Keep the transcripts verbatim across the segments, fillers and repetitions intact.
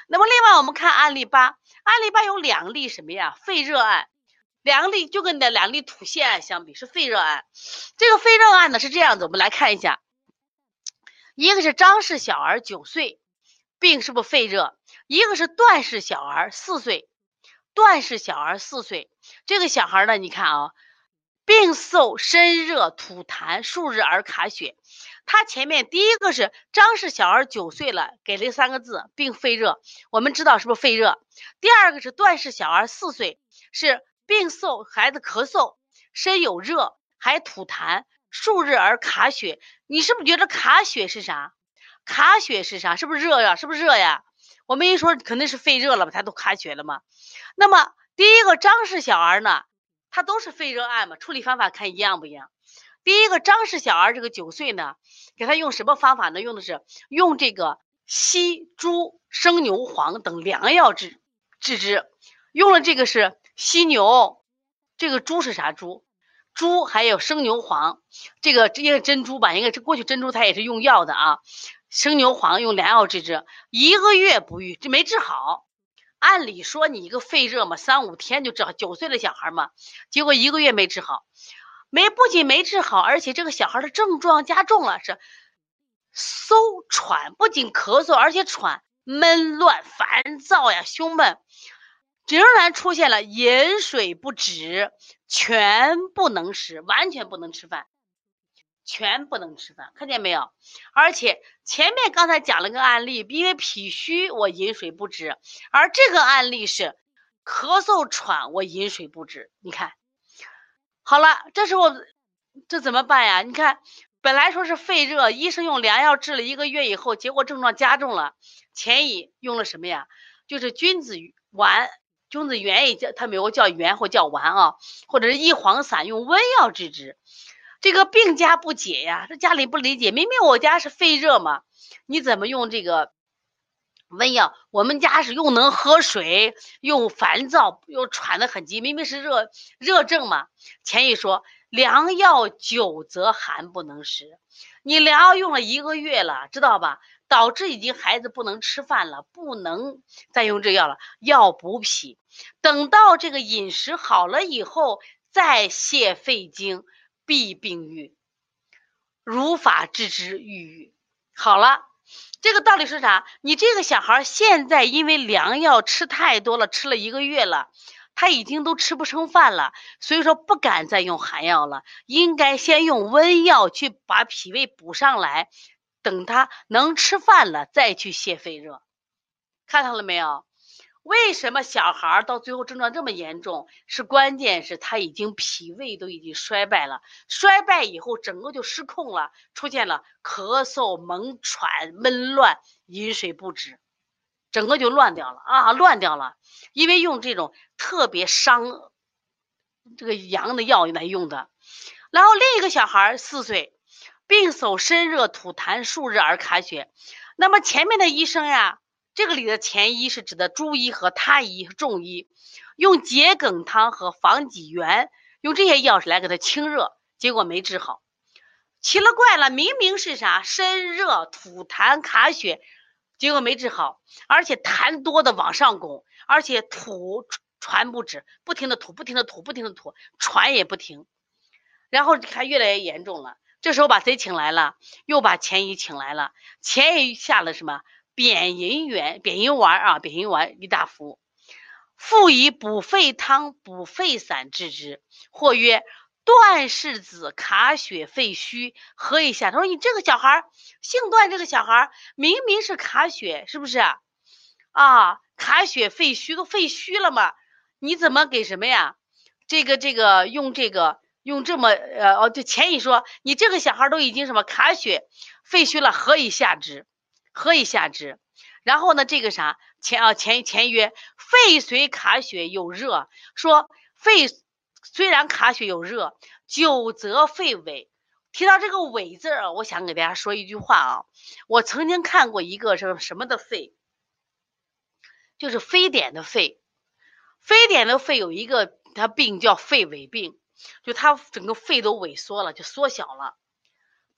那么另外我们看案例八，案例八有两例什么呀？肺热案，两例就跟那两例吐泻案相比是肺热案。这个肺热案呢是这样子，我们来看一下，一个是张氏小儿九岁，病是不是肺热？一个是段氏小儿四岁，段氏小儿四岁，这个小孩呢，你看啊，病嗽身热吐痰数日而卡血。他前面第一个是张氏小儿九岁了，给了三个字，病肺热，我们知道是不是肺热？第二个是段氏小儿四岁，是病嗽，孩子咳嗽，身有热，还吐痰，数日而卡血。你是不是觉得卡血是啥？卡血是啥？是不是热呀？是不是热呀？我们一说肯定是肺热了吧，他都卡血了嘛。那么第一个张氏小儿呢，他都是肺热案嘛，处理方法看一样不一样？第一个张氏小儿这个九岁呢，给他用什么方法呢？用的是用这个犀猪、生牛黄等良药治治之，用了这个是犀牛，这个猪是啥猪？猪还有生牛黄，这个应该珍珠吧？应该是过去珍珠它也是用药的啊。生牛黄用良药治之，一个月不愈，这没治好。按理说你一个肺热嘛，三五天就治好，九岁的小孩嘛，结果一个月没治好。没不仅没治好，而且这个小孩的症状加重了，是馊喘，不仅咳嗽，而且喘，闷乱烦躁呀，胸闷，仍然出现了饮水不止，全不能食，完全不能吃饭，全不能吃饭，看见没有？而且前面刚才讲了个案例，因为脾虚我饮水不止，而这个案例是咳嗽喘我饮水不止，你看。好了，这时候这怎么办呀？你看，本来说是肺热，医生用良药治了一个月以后，结果症状加重了。前乙用了什么呀？就是君子丸，君子元也叫，他们有个叫元或叫丸啊，或者是一黄散，用温药治之。这个病家不解呀，这家里不理解，明明我家是肺热嘛，你怎么用这个温药？我们家是又能喝水，又烦躁，又喘得很急，明明是热热症嘛。前乙说，良药久则寒不能食，你良药用了一个月了，知道吧？导致已经孩子不能吃饭了，不能再用这药了，药补脾。等到这个饮食好了以后，再泻肺经，必病愈。如法治之，愈愈。好了。这个道理是啥？你这个小孩现在因为良药吃太多了，吃了一个月了，他已经都吃不成饭了，所以说不敢再用寒药了，应该先用温药去把脾胃补上来，等他能吃饭了再去泻肺热。看到了没有？为什么小孩到最后症状这么严重？是关键是他已经脾胃都已经衰败了，衰败以后整个就失控了，出现了咳嗽、猛喘、闷乱、饮水不止，整个就乱掉了啊，乱掉了。因为用这种特别伤这个阳的药来用的。然后另一个小孩四岁，病手身热吐痰数日而卡血。那么前面的医生呀，这个里的前医是指的诸医和他医众医，用桔梗汤和防己元，用这些药来给他清热，结果没治好。奇了怪了，明明是啥身热吐痰卡血，结果没治好，而且痰多的往上拱，而且吐传不止，不停的吐，不停的吐，不停的吐，传也不停，然后还越来越严重了。这时候把谁请来了？又把钱乙请来了。钱乙下了什么？扁银元、扁银丸啊，扁银丸一大服，复以补肺汤、补肺散治之。或曰：段氏子卡血肺虚，何以下？他说你这个小孩姓段，这个小孩明明是卡血，是不是啊？啊，卡血肺虚，都肺虚了嘛？你怎么给什么呀？这个这个用这个用这么呃哦，就前乙说你这个小孩都已经什么卡血肺虚了，何以下之？何以下之？然后呢，这个啥前啊前前曰肺虽卡血有热，说肺虽然卡血有热，久则肺痿。提到这个痿字啊，我想给大家说一句话啊，我曾经看过一个什么什么的肺，就是非典的肺。非典的肺有一个它病叫肺痿病，就它整个肺都萎缩了，就缩小了。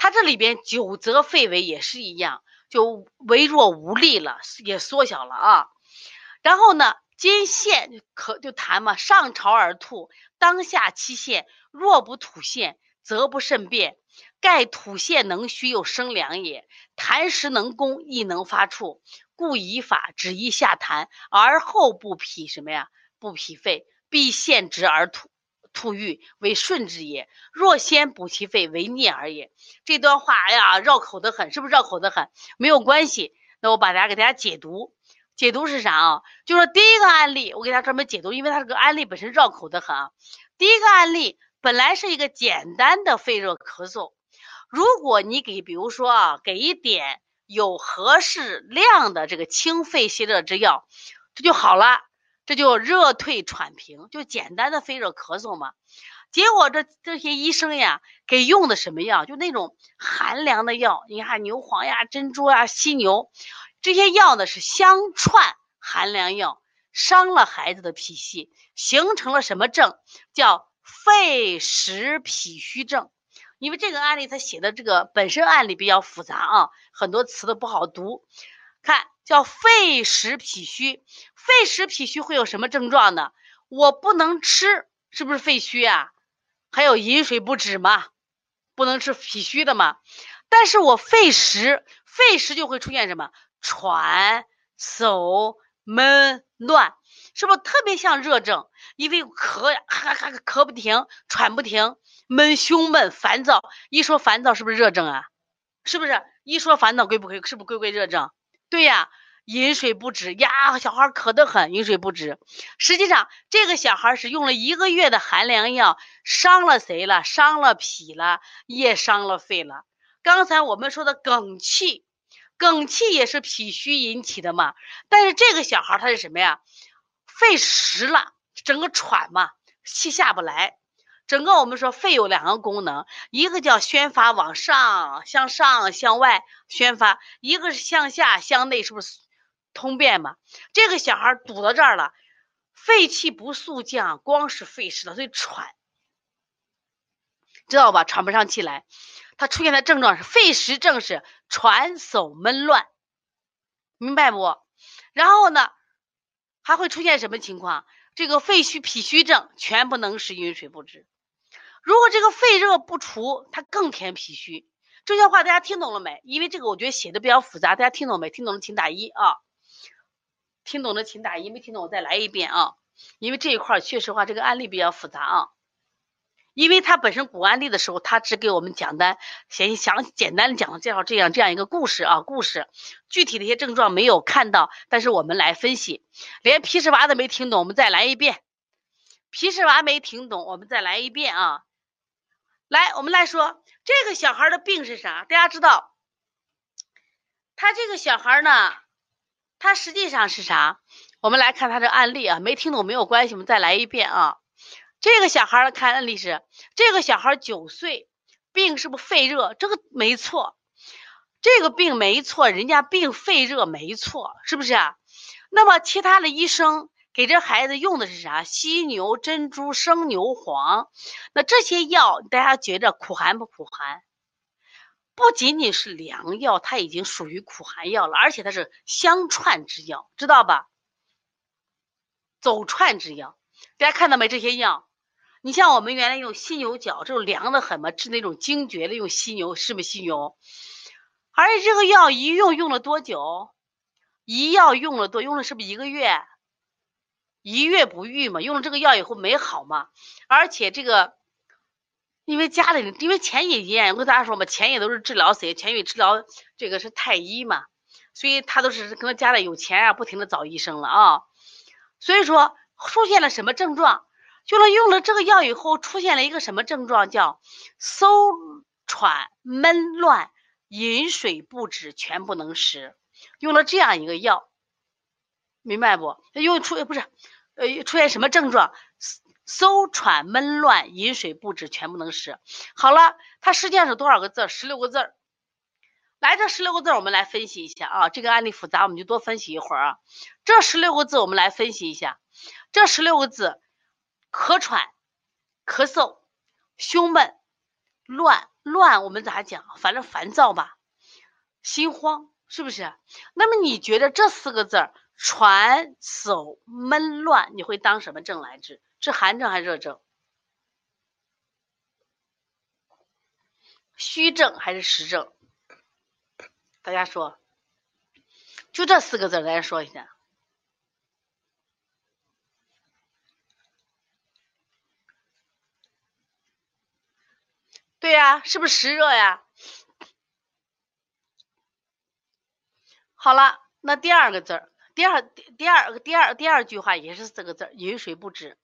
它这里边久则肺痿也是一样，就微弱无力了，也缩小了啊。然后呢，今现可就谈嘛，上朝而吐，当下期现，若不吐现，则不甚便。盖吐现能虚又生凉也，痰湿能攻亦能发触，故以法只宜下痰，而后不脾什么呀？不脾肺，必现直而吐。吐郁为顺之也，若先补其肺为逆而也。这段话哎呀，绕口的很，是不是绕口的很？没有关系，那我把大家给大家解读。解读是啥啊？就是第一个案例，我给大家专门解读，因为它这个案例本身绕口的很啊。第一个案例本来是一个简单的肺热咳嗽，如果你给，比如说啊，给一点有合适量的这个清肺泻热之药，这就好了。这就热退喘平，就简单的肺热咳嗽嘛。结果这这些医生呀，给用的什么药？就那种寒凉的药，你看牛黄呀、珍珠啊、犀牛，这些药呢是相串寒凉药，伤了孩子的脾气，形成了什么症？叫肺实脾虚症。因为这个案例他写的这个本身案例比较复杂啊，很多词都不好读。看，叫肺实脾虚，肺实脾虚会有什么症状呢？我不能吃，是不是肺虚啊？还有饮水不止嘛，不能吃脾虚的嘛。但是我肺实，肺实就会出现什么？喘、嗽、闷、乱，是不是特别像热症？因为咳呀，哈哈咳不停，喘不停，闷胸闷烦躁。一说烦躁，是不是热症啊？是不是？一说烦恼归不归？是不是归归热症？对呀，饮水不止呀，小孩渴得很，饮水不止。实际上，这个小孩是用了一个月的寒凉药，伤了谁了？伤了脾了，也伤了肺了。刚才我们说的梗气，梗气也是脾虚引起的嘛。但是这个小孩他是什么呀？肺实了，整个喘嘛，气下不来。整个我们说肺有两个功能，一个叫宣发往上、向上、向外宣发，一个是向下、向内，是不是通便嘛？这个小孩堵到这儿了，肺气不速降，光是肺湿了，所以喘，知道吧？喘不上气来，他出现的症状是肺实症是喘、嗽、闷、乱，明白不？然后呢，还会出现什么情况？这个肺虚、脾虚症全不能食，饮水不止。如果这个肺热不除，它更添脾虚。这句话大家听懂了没？因为这个我觉得写的比较复杂，大家听懂没？听懂了请打一啊，听懂了请打一，没听懂我再来一遍啊。因为这一块确实话，这个案例比较复杂啊。因为它本身古案例的时候，它只给我们讲单，先想简单的讲介绍这样这样一个故事啊，故事具体的一些症状没有看到，但是我们来分析。连皮实娃都没听懂，我们再来一遍。皮实娃没听懂，我们再来一遍啊。来，我们来说这个小孩的病是啥？大家知道，他这个小孩呢，他实际上是啥？我们来看他的案例啊，没听懂没有关系，我们再来一遍啊。这个小孩的看案例是，这个小孩九岁，病是不是肺热？这个没错，这个病没错，人家病肺热没错，是不是啊？那么其他的医生给这孩子用的是啥？犀牛、珍珠、生牛黄。那这些药大家觉着苦寒不苦寒？不仅仅是凉药，它已经属于苦寒药了，而且它是相串之药，知道吧？走串之药，大家看到没？这些药，你像我们原来用犀牛角，这种凉的很嘛，治那种惊厥的用犀牛，是不是犀牛？而且这个药一用用了多久？一药用了多，用了是不是一个月？一月不愈嘛，用了这个药以后没好嘛，而且这个，因为家里，因为钱野医院，我跟大家说嘛，钱野都是治疗谁？钱野治疗这个是太医嘛，所以他都是可能家里有钱啊，不停的找医生了啊，所以说出现了什么症状？就是用了这个药以后，出现了一个什么症状？叫馊喘闷乱，饮水不止，全不能食。用了这样一个药，明白不？又出不是，呃，出现什么症状？馊喘闷乱，饮水不止，全不能食。好了，它实际上是多少个字？十六个字。来，这十六个字我们来分析一下啊。这个案例复杂，我们就多分析一会儿啊。这十六个字我们来分析一下。这十六个字：咳喘、咳嗽、胸闷、乱、 乱我们咋讲？反正烦躁吧，心慌，是不是？那么你觉得这四个字儿喘手闷乱，你会当什么症来治？是寒症还是热症？虚症还是实症？大家说，就这四个字，大家说一下。对呀，是不是实热呀？好了，那第二个字儿，第二第二第二第二句话也是四个字儿，饮水不止。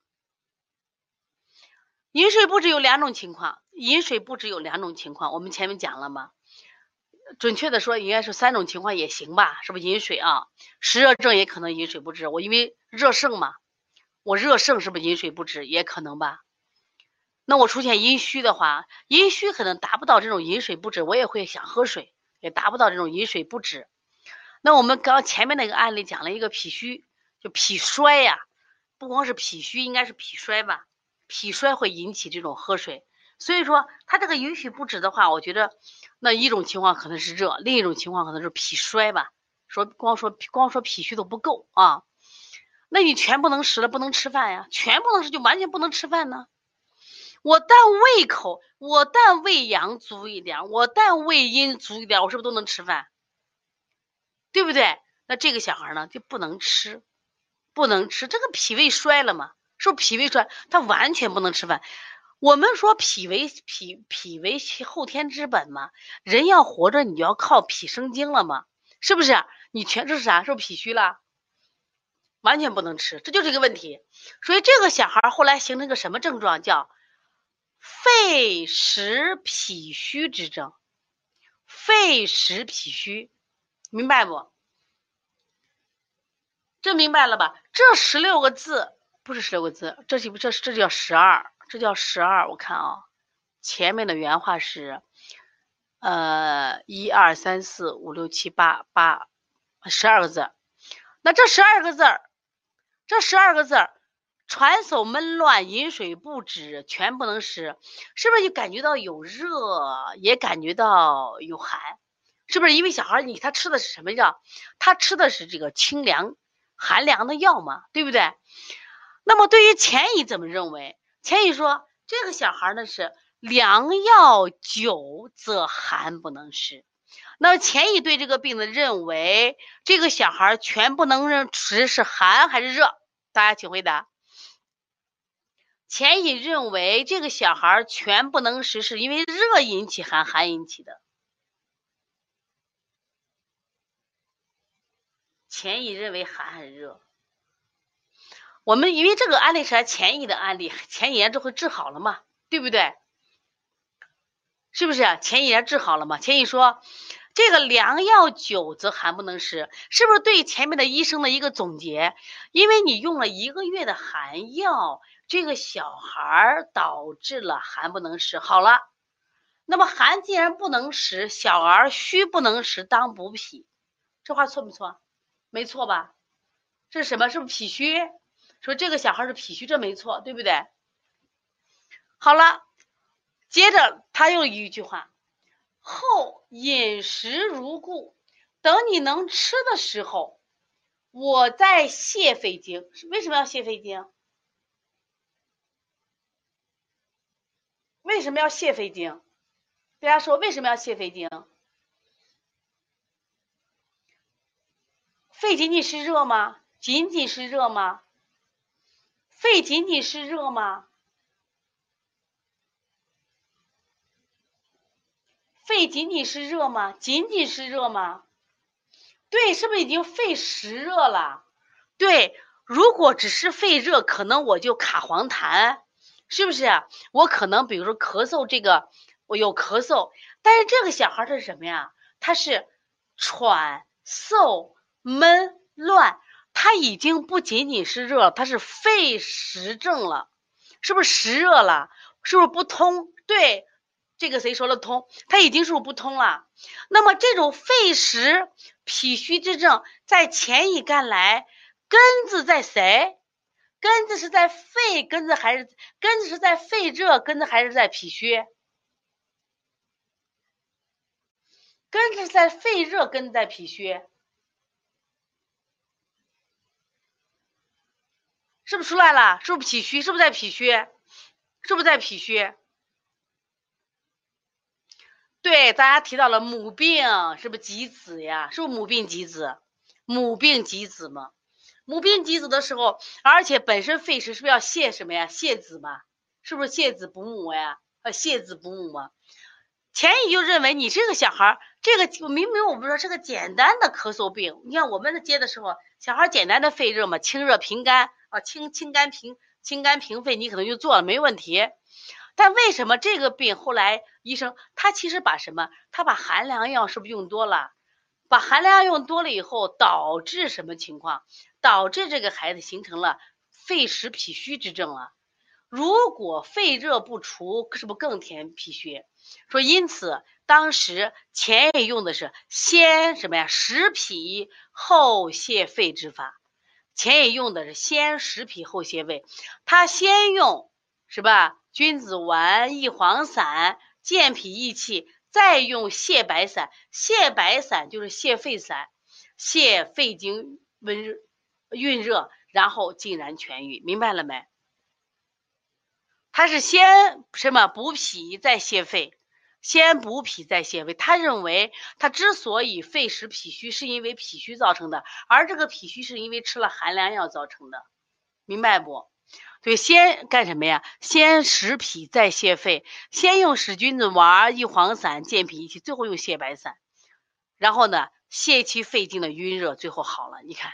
饮水不止有两种情况，饮水不止有两种情况，我们前面讲了吗？准确的说，应该是三种情况也行吧？是不是饮水啊？实热症也可能饮水不止，我因为热盛嘛，我热盛是不是饮水不止也可能吧？那我出现阴虚的话，阴虚可能达不到这种饮水不止，我也会想喝水，也达不到这种饮水不止。那我们刚前面那个案例讲了一个脾虚，就脾衰呀，不光是脾虚，应该是脾衰吧？脾衰会引起这种喝水，所以说它这个允许不止的话，我觉得那一种情况可能是热，另一种情况可能是脾衰吧。说光说光说脾虚都不够啊，那你全不能食了，不能吃饭呀，全不能食就完全不能吃饭呢。我但胃口，我但胃阳足一点，我但胃阴足一点，我是不是都能吃饭？对不对？那这个小孩呢就不能吃，不能吃，这个脾胃衰了嘛？是不是脾胃衰？他完全不能吃饭。我们说脾为脾脾为后天之本嘛，人要活着，你就要靠脾生精了嘛，是不是？你全这是啥？是不是脾虚了？完全不能吃，这就是一个问题。所以这个小孩后来形成个什么症状？叫肺实脾虚之症。肺实脾虚，明白不？这明白了吧？这十六个字不是十六个字，这是这这叫十二，这叫十二。我看啊，前面的原话是，呃，一二三四五六七八八，十二个字。那这十二个字儿，这十二个字儿，喘手闷乱，饮水不止，全不能食，是不是就感觉到有热，也感觉到有寒？是不是因为小孩你他吃的是什么药？他吃的是这个清凉寒凉的药嘛，对不对？那么对于钱乙怎么认为？钱乙说这个小孩呢是良药久则寒不能食。那钱乙对这个病的认为，这个小孩全不能食是寒还是热？大家请回答。钱乙认为这个小孩全不能食是因为热引起寒，寒引起的。钱乙认为寒还是热？我们因为这个案例是钱乙的案例，钱乙然就会治好了嘛，对不对？是不是钱乙然治好了嘛？钱乙说这个良药久则寒不能食，是不是对前面的医生的一个总结？因为你用了一个月的寒药，这个小孩导致了寒不能食。好了，那么寒既然不能食，小儿虚不能食，当补脾，这话错不错？没错吧？这是什么？是不是脾虚？说这个小孩是脾虚，这没错，对不对？好了，接着他又一句话，后饮食如故，等你能吃的时候，我再泻肺经。为什么要泻肺经？为什么要泻肺经？大家说为什么要泻肺经？肺仅仅是热吗？仅仅是热吗？肺仅仅是热吗？肺仅仅是热吗？仅仅是热吗？对，是不是已经肺实热了？对，如果只是肺热，可能我就卡黄痰，是不是？我可能比如说咳嗽，这个我有咳嗽，但是这个小孩他是什么呀？他是喘、嗽、闷、乱，他已经不仅仅是热，他是肺实症了，是不是实热了？是不是不通？对。这个谁说的通？他已经是不是不通了？那么这种肺实脾虚之症，在钱乙看来，根子在谁？根子是在肺，根子还是根子是在肺热，根子还是在脾虚？ 根是在肺热，根在脾虚，是不是出来了？是不是脾虚？是不是在脾虚？是不是在脾虚？对，大家提到了母病，是不是及子呀？是不是母病及子？母病及子嘛。母病及子的时候，而且本身肺湿是不是要泻什么呀？泻子嘛，是不是泻子补母呀？呃，泻子补母嘛。钱乙就认为你这个小孩，这个明明我们说是个简单的咳嗽病，你看我们接的时候，小孩简单的肺热嘛，清热平肝啊，清清肝平清肝平肺，你可能就做了没问题。但为什么这个病后来医生他其实把什么？他把寒凉药是不是用多了？把寒凉药用多了以后，导致什么情况？导致这个孩子形成了肺实脾虚之症了。如果肺热不除，是不是更添脾虚？说因此当时钱也用的是先什么呀？实脾后泻肺之法。钱也用的是先实脾后泻肺，他先用是吧？君子丸、益黄散、健脾益气，再用泻白散。泻白散就是泻肺散，泻肺经温热蕴热，然后竟然痊愈，明白了没？他是先什么补脾再泻肺，先补脾再泻肺。他认为他之所以肺实脾虚，是因为脾虚造成的，而这个脾虚是因为吃了寒凉药造成的，明白不？所以先干什么呀？先实脾再泻肺，先用使君子丸、益黄散、健脾益气，最后用泻白散，然后呢泻其肺经的晕热，最后好了。你看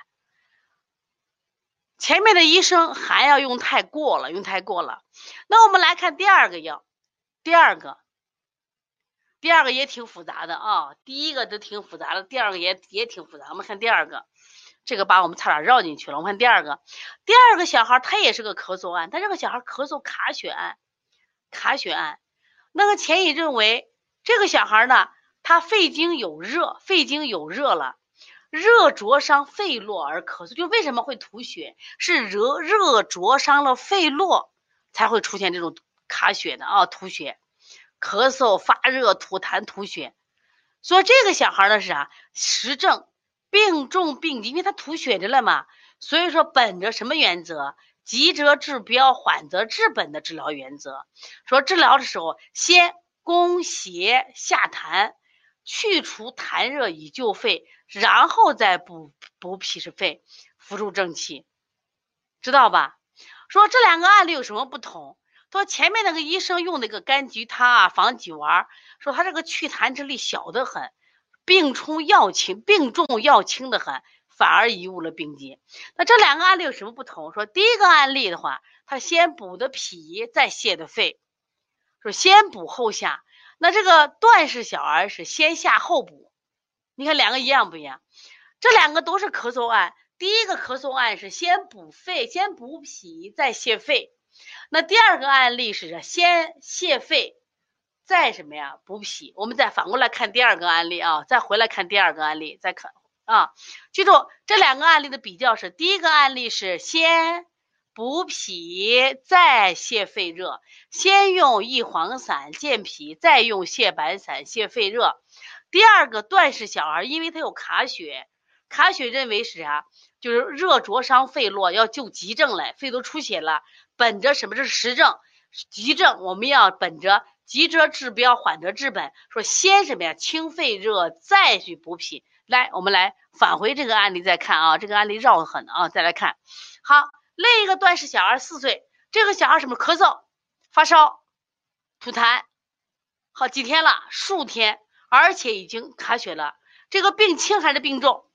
前面的医生还要用太过了，用太过了。那我们来看第二个药，第二个，第二个也挺复杂的啊，第一个都挺复杂的，第二个也也挺复杂。我们看第二个，这个把我们差点绕进去了。我们看第二个，第二个小孩他也是个咳嗽案，他这个小孩咳嗽卡血案，卡血案。那个钱乙认为这个小孩呢，他肺经有热，肺经有热了。热灼伤肺络而咳嗽，就为什么会吐血？是热热灼伤了肺络，才会出现这种卡血的啊，吐血、咳嗽、发热、吐痰、吐血。所以这个小孩呢是啥？实症病重病急，因为他吐血着了嘛。所以说，本着什么原则？急则治标，缓则治本的治疗原则。说治疗的时候，先攻邪下痰，去除痰热以救肺，然后再补补脾是肺，扶助正气，知道吧？说这两个案例有什么不同？说前面那个医生用那个柑橘汤啊、防己丸，说他这个祛痰之力小得很，病冲药轻，病重药轻得很，反而贻误了病机。那这两个案例有什么不同？说第一个案例的话，他先补的脾，再泻的肺，说先补后下。那这个段氏小儿是先下后补，你看两个一样不一样？这两个都是咳嗽案，第一个咳嗽案是先补肺，先补脾再泻肺，那第二个案例是先泻肺再什么呀补脾。我们再反过来看第二个案例啊，再回来看第二个案例，再看啊，记住这两个案例的比较是，第一个案例是先补脾再泻肺热，先用益黄散健脾，再用泻白散泻肺热。第二个段氏小儿，因为他有卡血，卡血认为是啥？就是热灼伤肺络，要救急症来，肺都出血了。本着什么？这是实症，急症我们要本着急则治标，缓则治本，说先什么呀？清肺热，再去补脾。来，我们来返回这个案例再看啊，这个案例绕得很啊，再来看。好，另一个段氏小儿四岁，这个小孩什么？咳嗽、发烧、吐痰，好几天了，数天，而且已经卡血了。这个病轻还是病重？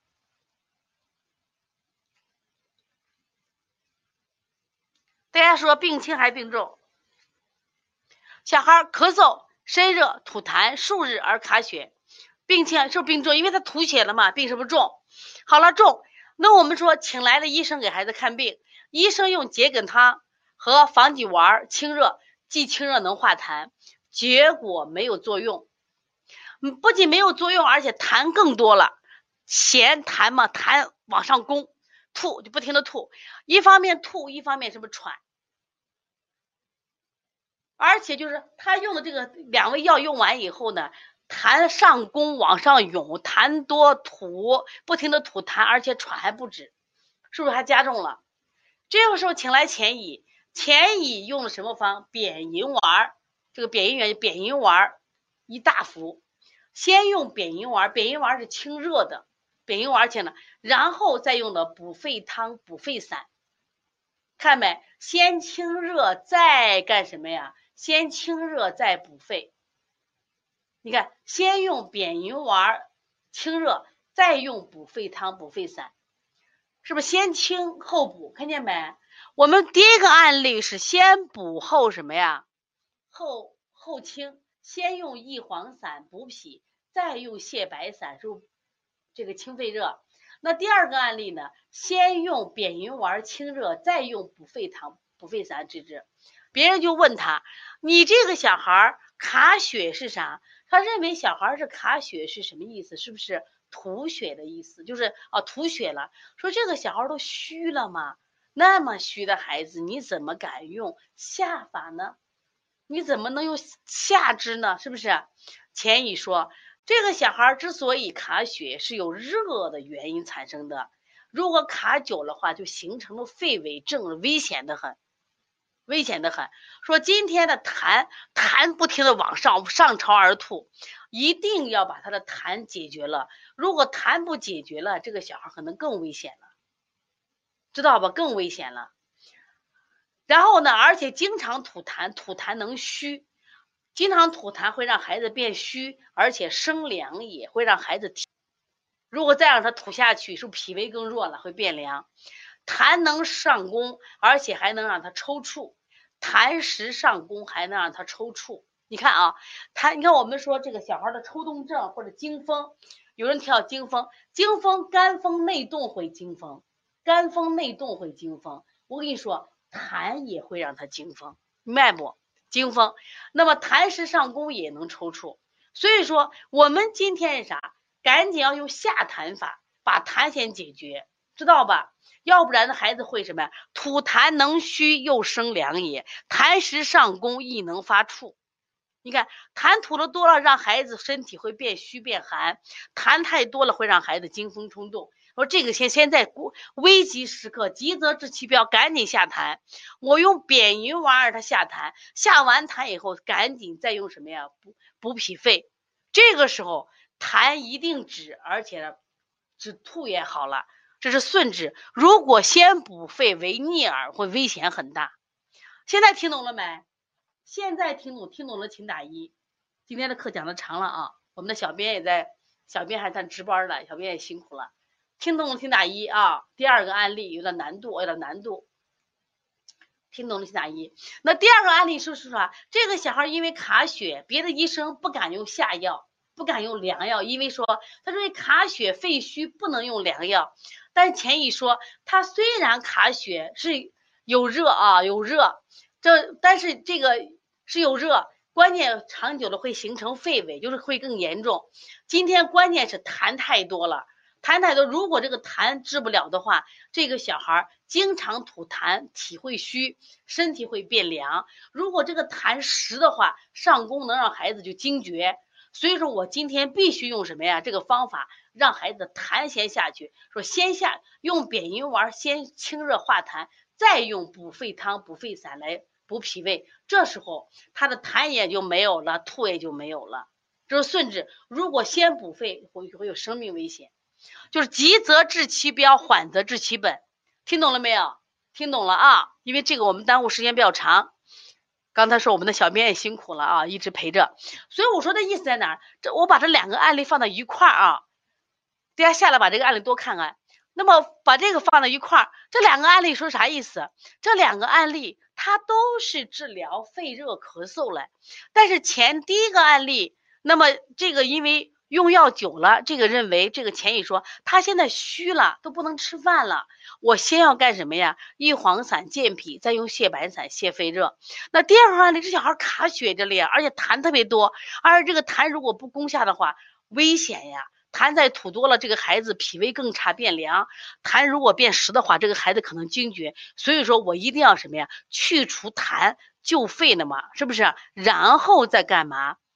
大家说病轻还是病重？小孩咳嗽、身热、吐痰数日而卡血，病轻是不是病重？因为他吐血了嘛，病是不是重？好了，重。那我们说请来的医生给孩子看病，医生用桔梗汤和防己丸清热，既清热能化痰，结果没有作用。不仅没有作用，而且痰更多了，咸痰嘛，痰往上攻，吐就不停的吐，一方面吐，一方面什么喘。而且就是他用的这个两味药用完以后呢， 痰上攻往上涌，痰多吐，不停的吐痰，而且喘还不止，是不是还加重了？这个时候请来钱乙，钱乙用了什么方？扁银丸，这个扁银丸扁银丸一大服，先用扁银丸，扁银丸是清热的，扁银丸去了，然后再用的补肺汤、补肺散，看没？先清热再干什么呀？先清热再补肺。你看，先用扁银丸清热，再用补肺汤、补肺散，是不是先清后补？看见没？我们第一个案例是先补后什么呀？后后清，先用益黄散补脾，再用泻白散入这个清肺热。那第二个案例呢？先用扁银丸清热，再用补肺汤、补肺散治治。别人就问他，你这个小孩卡血是啥？他认为小孩是卡血是什么意思？是不是吐血的意思？就是啊吐血了。说这个小孩都虚了吗？那么虚的孩子，你怎么敢用下法呢？你怎么能用下肢呢？是不是？钱乙说，这个小孩之所以卡血，是有热的原因产生的。如果卡久的话，就形成了肺痿症，危险的很。危险的很，说今天的痰痰不停的往上上潮而吐，一定要把他的痰解决了。如果痰不解决了，这个小孩可能更危险了，知道吧？更危险了。然后呢，而且经常吐痰，吐痰能虚，经常吐痰会让孩子变虚，而且生凉也会让孩子体。如果再让他吐下去，是不是脾胃更弱了，会变凉？痰能上攻，而且还能让他抽搐。痰实上攻还能让他抽搐，你看啊，痰，你看我们说这个小孩的抽动症或者惊风，有人提到惊风，惊风肝风内动会惊风，肝风内动会惊风。我跟你说，痰也会让他惊风，明白不？惊风，那么痰实上攻也能抽搐，所以说我们今天是啥？赶紧要用下痰法，把痰先解决，知道吧？要不然的孩子会什么呀？吐痰能虚又生凉也，痰实上攻亦能发怵。你看痰吐的多了，让孩子身体会变虚变寒；痰太多了，会让孩子惊风冲动。说这个现现在危急时刻，急则治其标，赶紧下痰。我用扁银丸让他下痰，下完痰以后，赶紧再用什么呀？补补脾肺。这个时候痰一定止，而且止吐也好了。这是顺治，如果先补肺为逆耳，会危险很大。现在听懂了没？现在听懂，听懂了请打一。今天的课讲的长了啊，我们的小编也在，小编还在值班了，小编也辛苦了。听懂了请打一啊。第二个案例有点难度，有点难度。听懂了请打一。那第二个案例是说啥？这个小孩因为卡血，别的医生不敢用下药，不敢用凉药，因为说他说卡血肺虚不能用凉药。但是钱乙说，他虽然卡血是有热啊，有热，这但是这个是有热，关键长久的会形成肺痿，就是会更严重。今天关键是痰太多了，痰太多，如果这个痰治不了的话，这个小孩经常吐痰，体会虚，身体会变凉。如果这个痰实的话，上攻能让孩子就惊厥。所以说我今天必须用什么呀？这个方法让孩子痰先下去，说先下用扁银丸先清热化痰，再用补肺汤、补肺散来补脾胃。这时候他的痰也就没有了，吐也就没有了。这是顺治。如果先补肺，会会有生命危险。就是急则治其标，缓则治其本。听懂了没有？听懂了啊！因为这个我们耽误时间比较长。刚才说我们的小编也辛苦了啊，一直陪着。所以我说的意思在哪儿？这我把这两个案例放到一块儿啊，大家下来把这个案例多看看。那么把这个放到一块儿，这两个案例说啥意思？这两个案例它都是治疗肺热咳嗽了，但是前第一个案例，那么这个因为用药久了，这个认为这个钱乙说他现在虚了，都不能吃饭了。我先要干什么呀？益黄散健脾，再用泻白散泻肺热。那第二个案例，这小孩卡血着了，而且痰特别多，而这个痰如果不攻下的话，危险呀。痰再吐多了，这个孩子脾胃更差，变凉。痰如果变实的话，这个孩子可能惊厥。所以说我一定要什么呀？去除痰救肺的嘛，是不是？然后再干嘛？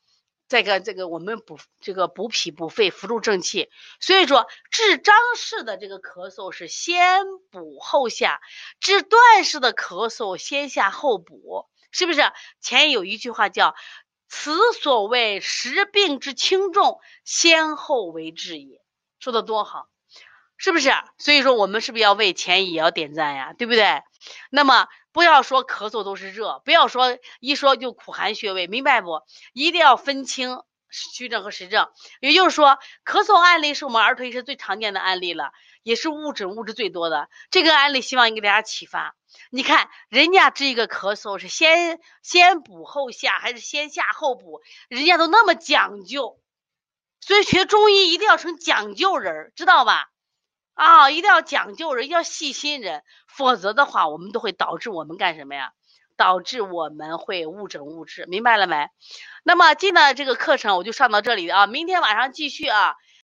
这个这个我们补这个补脾补肺扶助正气，所以说治张氏的这个咳嗽是先补后下，治段氏的咳嗽先下后补，是不是？前有一句话叫此所谓实病之轻重，先后为治也，说的多好，是不是？所以说我们是不是要为前也要点赞呀，对不对？那么不要说咳嗽都是热，不要说一说就苦寒穴位，明白不？一定要分清虚症和实症。也就是说，咳嗽案例是我们儿童医生最常见的案例了，也是误诊误治最多的。这个案例希望给大家启发。你看人家这个咳嗽是先先补后下还是先下后补，人家都那么讲究，所以学中医一定要成讲究人，知道吧？啊，一定要讲究人，一定要细心人，否则的话，我们都会导致我们干什么呀？导致我们会误诊误治，明白了没？那么今天的这个课程我就上到这里啊，明天晚上继续啊。